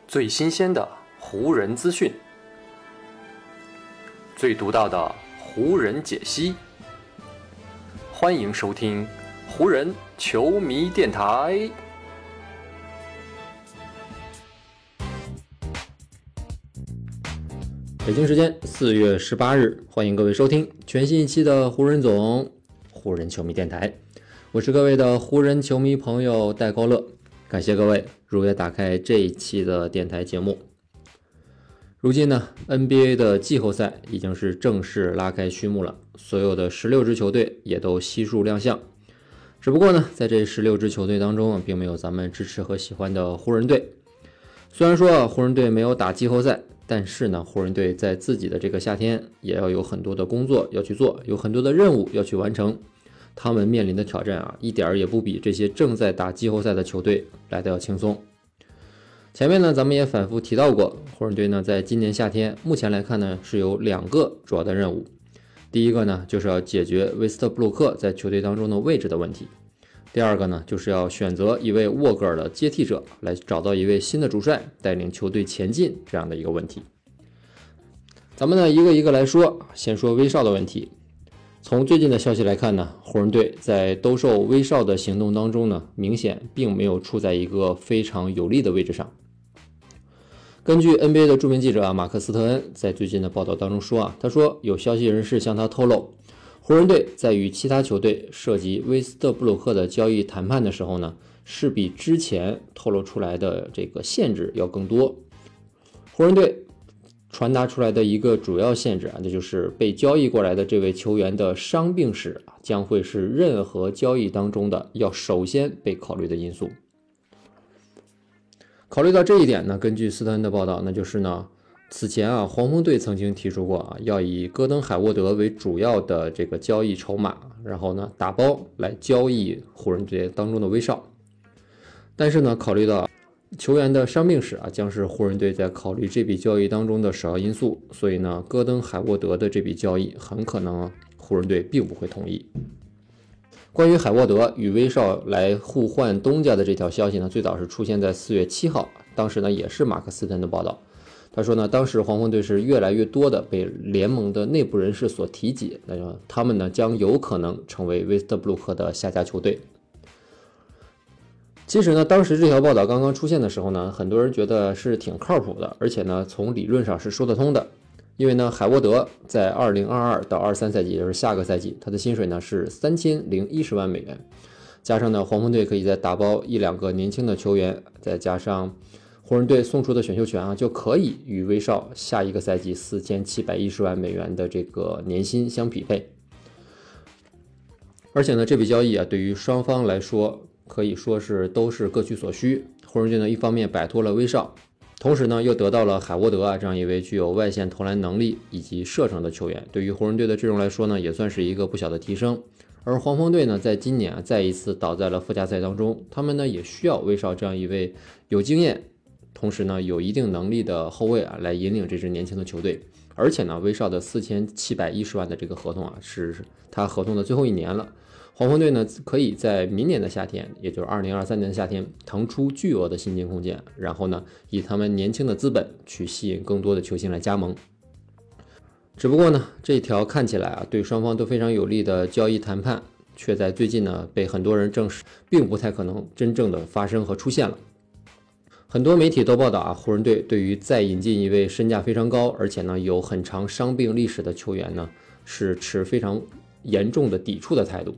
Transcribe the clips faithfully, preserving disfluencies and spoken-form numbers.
最新鲜的湖人资讯，最独到的湖人解析。欢迎收听湖人球迷电台。 北京时间四月十八日，欢迎各位收听全新一期的湖人总湖人球迷电台。我是各位的湖人球迷朋友戴高乐，感谢各位如约打开这一期的电台节目。如今呢 N B A 的季后赛已经是正式拉开序幕了，所有的十六支球队也都悉数亮相。只不过呢，在这十六支球队当中，并没有咱们支持和喜欢的湖人队。虽然说湖人队没有打季后赛，但是呢，湖人队在自己的这个夏天也要有很多的工作要去做，有很多的任务要去完成。他们面临的挑战啊，一点也不比这些正在打季后赛的球队来得要轻松。前面呢，咱们也反复提到过，湖人队呢，在今年夏天目前来看呢，是有两个主要的任务。第一个呢，就是要解决威斯特布鲁克在球队当中的位置的问题。第二个呢，就是要选择一位沃格尔的接替者，来找到一位新的主帅，带领球队前进这样的一个问题。咱们呢，一个一个来说，先说威少的问题。从最近的消息来看呢，湖人队在兜售威少的行动当中呢，明显并没有处在一个非常有利的位置上。根据 N B A 的著名记者啊马克斯特恩在最近的报道当中说啊，他说有消息人士向他透露，湖人队在与其他球队涉及威斯特布鲁克的交易谈判的时候呢，是比之前透露出来的这个限制要更多。湖人队传达出来的一个主要限制啊，那就是被交易过来的这位球员的伤病史啊，将会是任何交易当中的要首先被考虑的因素。考虑到这一点呢，根据斯特恩的报道，那就是呢，此前啊，黄蜂队曾经提出过啊，要以戈登海沃德为主要的这个交易筹码，然后呢，打包来交易湖人队当中的威少。但是呢，考虑到球员的伤病史啊，将是湖人队在考虑这笔交易当中的首要因素，所以呢，戈登海沃德的这笔交易很可能湖人队并不会同意。关于海沃德与威少来互换东家的这条消息呢，最早是出现在四月七号，当时呢也是马克斯特的报道。他说呢，当时黄蜂队是越来越多的被联盟的内部人士所提及，那就他们呢将有可能成为威斯特布鲁克的下家球队。其实呢，当时这条报道刚刚出现的时候呢，很多人觉得是挺靠谱的，而且呢，从理论上是说得通的。因为呢，海沃德在二零二二到二三赛季，也就是下个赛季，他的薪水呢是三千零一十万美元，加上呢，黄蜂队可以再打包一两个年轻的球员，再加上湖人队送出的选秀权啊，就可以与威少下一个赛季四千七百一十万美元的这个年薪相匹配。而且呢，这笔交易啊，对于双方来说可以说是都是各取所需。湖人队呢，一方面摆脱了威少，同时呢，又得到了海沃德啊这样一位具有外线投篮能力以及射程的球员，对于湖人队的阵容来说呢，也算是一个不小的提升。而黄蜂队呢，在今年啊再一次倒在了附加赛当中，他们呢也需要威少这样一位有经验，同时呢有一定能力的后卫啊来引领这支年轻的球队。而且呢，威少的四千七百一十万的这个合同啊，是他合同的最后一年了。黄蜂队呢，可以在明年的夏天，也就是二零二三年的夏天，腾出巨额的薪金空间，然后呢，以他们年轻的资本去吸引更多的球星来加盟。只不过呢，这条看起来啊，对双方都非常有利的交易谈判，却在最近呢，被很多人证实，并不太可能真正的发生和出现了。很多媒体都报道啊，湖人队对于再引进一位身价非常高，而且呢有很长伤病历史的球员呢，是持非常严重的抵触的态度。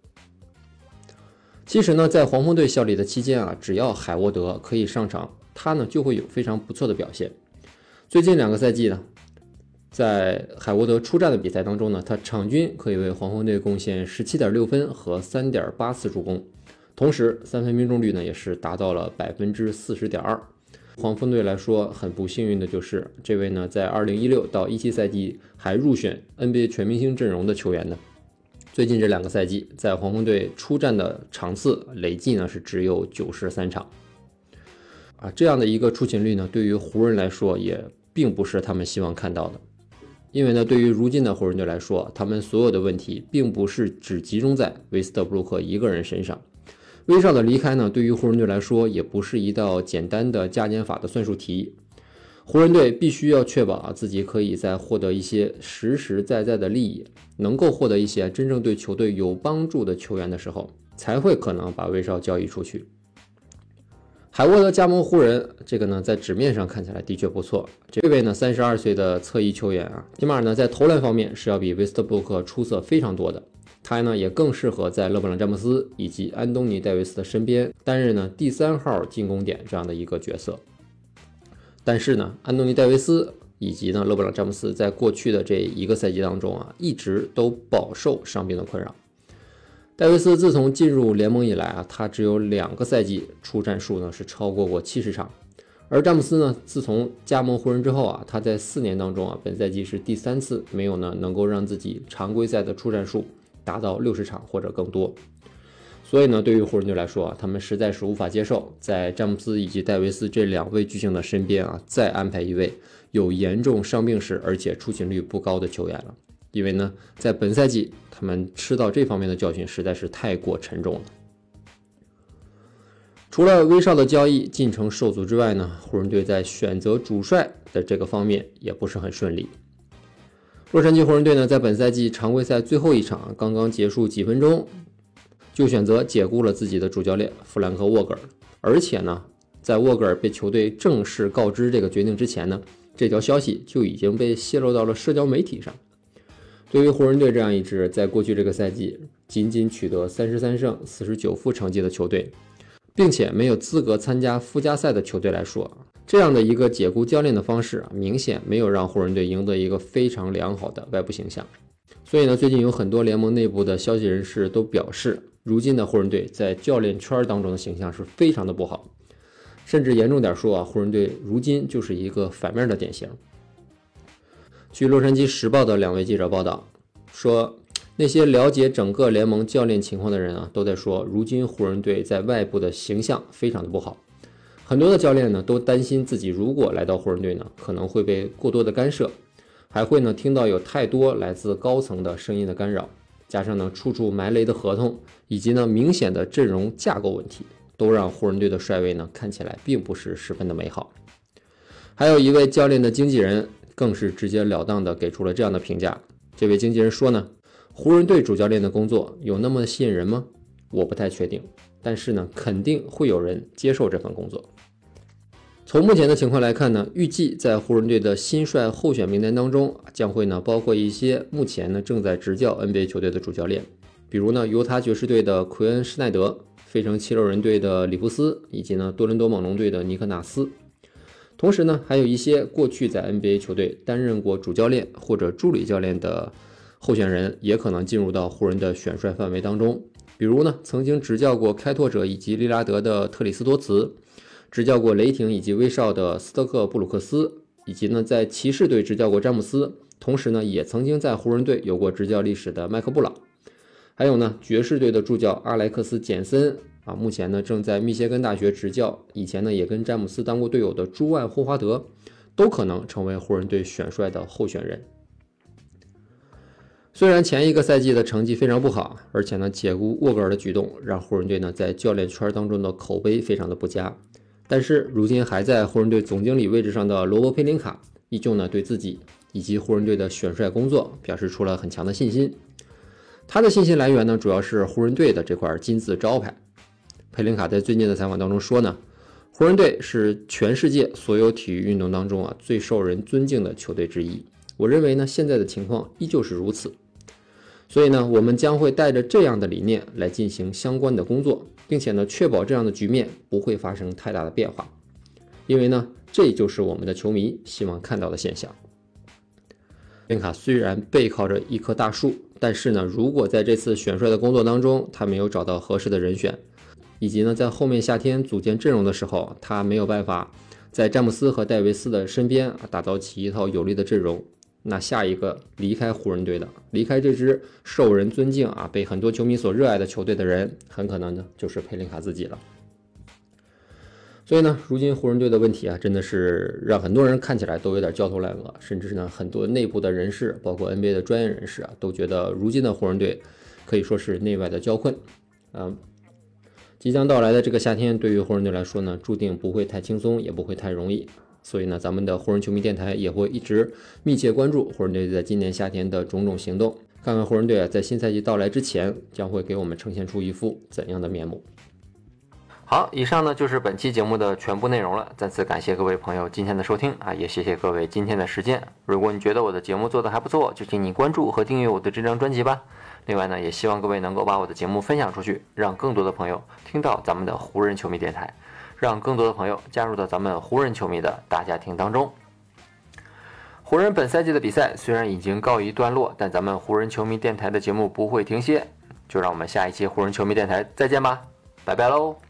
其实呢，在黄蜂队效力的期间啊，只要海沃德可以上场，他呢就会有非常不错的表现。最近两个赛季呢，在海沃德出战的比赛当中呢，他场均可以为黄蜂队贡献 十七点六 分和 三点八次助攻，同时三分命中率呢也是达到了 百分之四十点二。黄蜂队来说很不幸运的就是这位呢在二零一六到一七赛季还入选 N B A 全明星阵容的球员呢，最近这两个赛季在黄蜂队出战的场次累计呢是只有九十三场啊，这样的一个出勤率呢，对于湖人来说也并不是他们希望看到的。因为呢，对于如今的湖人队来说，他们所有的问题并不是只集中在威斯特布鲁克一个人身上， 威少的离开呢，对于湖人队来说也不是一道简单的加减法的算术题。湖人队必须要确保啊自己可以在获得一些实实在在的利益，能够获得一些真正对球队有帮助的球员的时候，才会可能把威少交易出去。海沃德加盟湖人，这个呢在纸面上看起来的确不错。这位呢三十二岁的侧翼球员啊，起码呢在投篮方面是要比威斯特布鲁克出色非常多的。他呢也更适合在勒布朗詹姆斯以及安东尼戴维斯的身边担任呢第三号进攻点这样的一个角色。但是呢，安东尼戴维斯以及呢勒布朗詹姆斯在过去的这一个赛季当中啊，一直都饱受伤病的困扰。戴维斯自从进入联盟以来啊，他只有两个赛季出战数呢是超过过七十场，而詹姆斯呢，自从加盟湖人之后啊，他在四年当中啊，本赛季是第三次没有呢能够让自己常规赛的出战数达到六十场或者更多。所以呢，对于湖人队来说啊，他们实在是无法接受在詹姆斯以及戴维斯这两位巨星的身边啊，再安排一位有严重伤病史而且出勤率不高的球员了。因为呢，在本赛季他们吃到这方面的教训实在是太过沉重了。除了威少的交易进程受阻之外呢，湖人队在选择主帅的这个方面也不是很顺利。洛杉矶湖人队呢，在本赛季常规赛最后一场刚刚结束几分钟，就选择解雇了自己的主教练弗兰克·沃格尔，而且呢，在沃格尔被球队正式告知这个决定之前呢，这条消息就已经被泄露到了社交媒体上。对于湖人队这样一支在过去这个赛季仅仅取得三十三胜四十九负成绩的球队，并且没有资格参加附加赛的球队来说，这样的一个解雇教练的方式啊，明显没有让湖人队赢得一个非常良好的外部形象。所以呢，最近有很多联盟内部的消息人士都表示，如今的湖人队在教练圈当中的形象是非常的不好，甚至严重点说啊，湖人队如今就是一个反面的典型。据洛杉矶时报的两位记者报道说，那些了解整个联盟教练情况的人啊，都在说，如今湖人队在外部的形象非常的不好。很多的教练呢，都担心自己如果来到湖人队呢，可能会被过多的干涉，还会呢听到有太多来自高层的声音的干扰，加上呢处处埋雷的合同，以及呢明显的阵容架构问题，都让湖人队的帅位呢看起来并不是十分的美好。还有一位教练的经纪人更是直截了当的给出了这样的评价。这位经纪人说呢，湖人队主教练的工作有那么吸引人吗？我不太确定，但是呢，肯定会有人接受这份工作。从目前的情况来看呢，预计在湖人队的新帅候选名单当中，将会呢包括一些目前呢正在执教 N B A 球队的主教练，比如呢犹他爵士队的奎恩·施奈德、费城七六人队的里弗斯，以及呢多伦多猛龙队的尼克纳斯。同时呢，还有一些过去在 N B A 球队担任过主教练或者助理教练的候选人，也可能进入到湖人的选帅范围当中。比如呢，曾经执教过开拓者以及利拉德的特里斯多茨，执教过雷霆以及威少的斯特克布鲁克斯，以及呢在骑士队执教过詹姆斯，同时呢也曾经在湖人队有过执教历史的麦克布朗，还有呢爵士队的助教阿莱克斯简森啊，目前呢正在密歇根大学执教，以前呢也跟詹姆斯当过队友的朱万霍华德，都可能成为湖人队选帅的候选人。虽然前一个赛季的成绩非常不好，而且呢解雇沃格尔的举动让湖人队呢在教练圈当中的口碑非常的不佳，但是如今还在湖人队总经理位置上的罗伯·佩林卡依旧呢对自己以及湖人队的选帅工作表示出了很强的信心。他的信心来源呢主要是湖人队的这块金字招牌。佩林卡在最近的采访当中说呢，湖人队是全世界所有体育运动当中啊最受人尊敬的球队之一。我认为呢现在的情况依旧是如此，所以呢我们将会带着这样的理念来进行相关的工作，并且呢确保这样的局面不会发生太大的变化，因为呢这就是我们的球迷希望看到的现象。佩林卡虽然背靠着一棵大树，但是呢如果在这次选帅的工作当中他没有找到合适的人选，以及呢在后面夏天组建阵容的时候他没有办法在詹姆斯和戴维斯的身边啊打造起一套有力的阵容，那下一个离开湖人队的，离开这支受人尊敬啊被很多球迷所热爱的球队的人，很可能呢就是佩林卡自己了。所以呢如今湖人队的问题啊真的是让很多人看起来都有点焦头烂额，甚至呢很多内部的人士包括 N B A 的专业人士啊都觉得如今的湖人队可以说是内外的交困。嗯， 即将到来的这个夏天，对于湖人队来说呢，注定不会太轻松，也不会太容易。所以呢，咱们的湖人球迷电台也会一直密切关注湖人队在今年夏天的种种行动，看看湖人队啊在新赛季到来之前将会给我们呈现出一副怎样的面目。 好，以上呢就是本期节目的全部内容了。再次感谢各位朋友今天的收听啊，也谢谢各位今天的时间。如果你觉得我的节目做得还不错，就请你关注和订阅我的这张专辑吧。另外呢，也希望各位能够把我的节目分享出去，让更多的朋友听到咱们的湖人球迷电台，让更多的朋友加入到咱们湖人球迷的大家庭当中。湖人本赛季的比赛虽然已经告一段落，但咱们湖人球迷电台的节目不会停歇。就让我们下一期湖人球迷电台再见吧，拜拜喽。